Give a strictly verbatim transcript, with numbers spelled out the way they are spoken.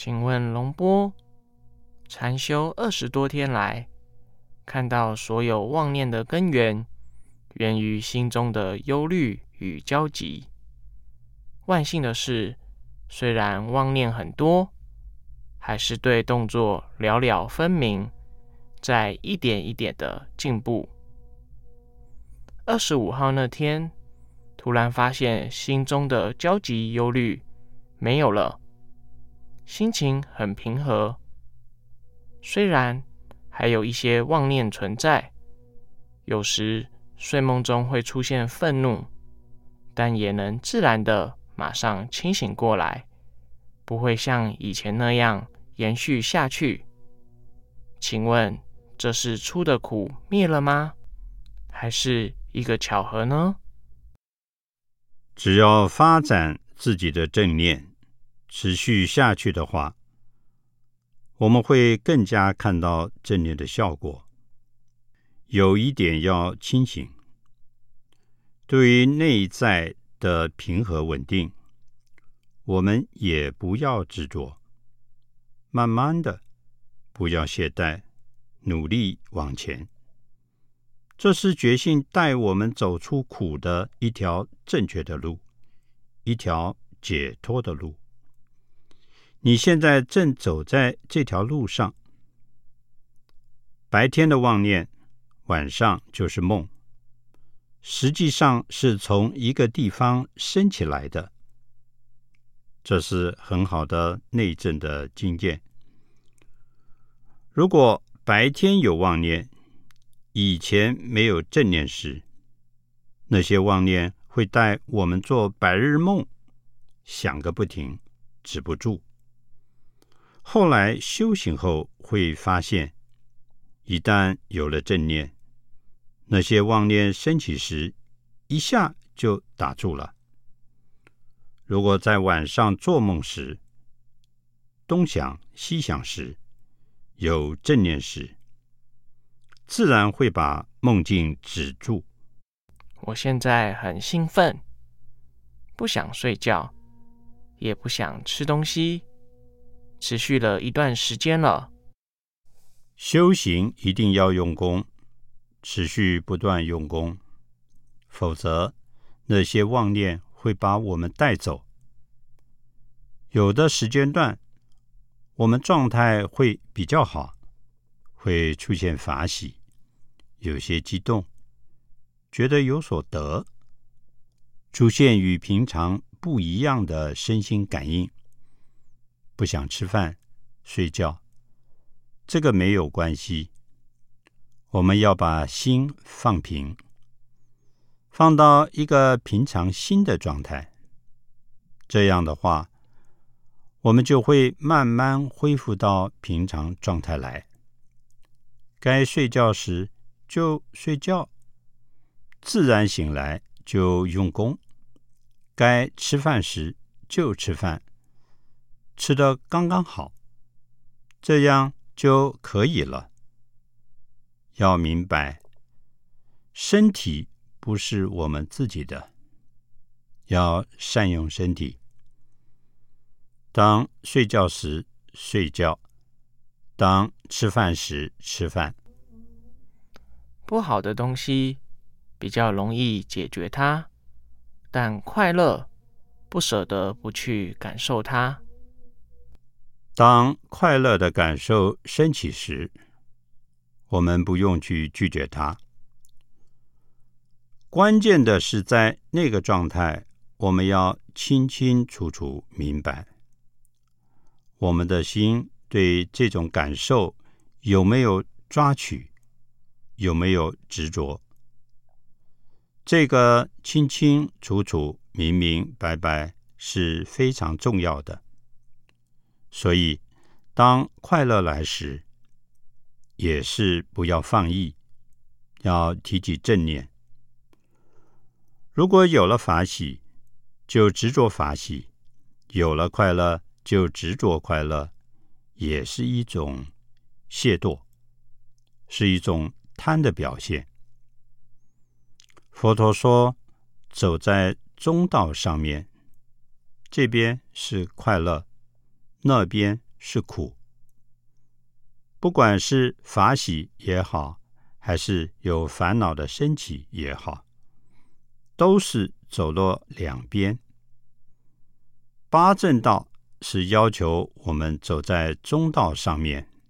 请问龙波，禅修二十多天来，看到所有妄念的根源，源于心中的忧虑与焦急。万幸的是，虽然妄念很多，还是对动作了了分明，在一点一点的进步。二十五号那天，突然发现心中的焦急忧虑没有了，心情很平和。虽然还有一些妄念存在，有时睡梦中会出现愤怒，但也能自然的马上清醒过来，不会像以前那样延续下去。请问这是出的苦灭了吗？还是一个巧合呢？ 只要发展自己的正念，持续下去的话，我们会更加看到正念的效果。有一点要清醒，对于内在的平和稳定，我们也不要执着，慢慢的，不要懈怠，努力往前。这是觉性带我们走出苦的一条正确的路，一条解脱的路。你现在正走在这条路上。白天的妄念，晚上就是梦，实际上是从一个地方升起来的。这是很好的内证的经验。如果白天有妄念，以前没有正念时，那些妄念会带我们做白日梦，想个不停，止不住。后来修行后会发现，一旦有了正念，那些妄念升起时，一下就打住了。如果在晚上做梦时，东想西想时，有正念时，自然会把梦境止住。 我现在很兴奋，不想睡觉，也不想吃东西，持续了一段时间了。 修行一定要用功，持续不断用功，否则那些妄念会把我们带走。有的时间段，我们状态会比较好，会出现法喜，有些激动，觉得有所得，出现与平常不一样的身心感应，不想吃饭、睡觉，这个没有关系。我们要把心放平，放到一个平常心的状态，这样的话，我们就会慢慢恢复到平常状态来。该睡觉时就睡觉，自然醒来就用功。该吃饭时就吃饭，吃得刚刚好，这样就可以了。要明白，身体不是我们自己的，要善用身体。当睡觉时睡觉，当吃饭时吃饭。 不好的东西比较容易解决它，但快乐不舍得不去感受它。 当快乐的感受升起时，我们不用去拒绝它。关键的是在那个状态，我们要清清楚楚明白，我们的心对这种感受有没有抓取，有没有执着。这个清清楚楚、明明白白是非常重要的。所以，当快乐来时，也是不要放逸，要提起正念。如果有了法喜，就执着法喜；有了快乐，就执着快乐，也是一种懈惰，是一种贪的表现。佛陀说，走在中道上面，这边是快乐，那边是苦。不管是法喜也好，还是有烦恼的升起也好，都是走落两边。八正道是要求我们走在中道上面，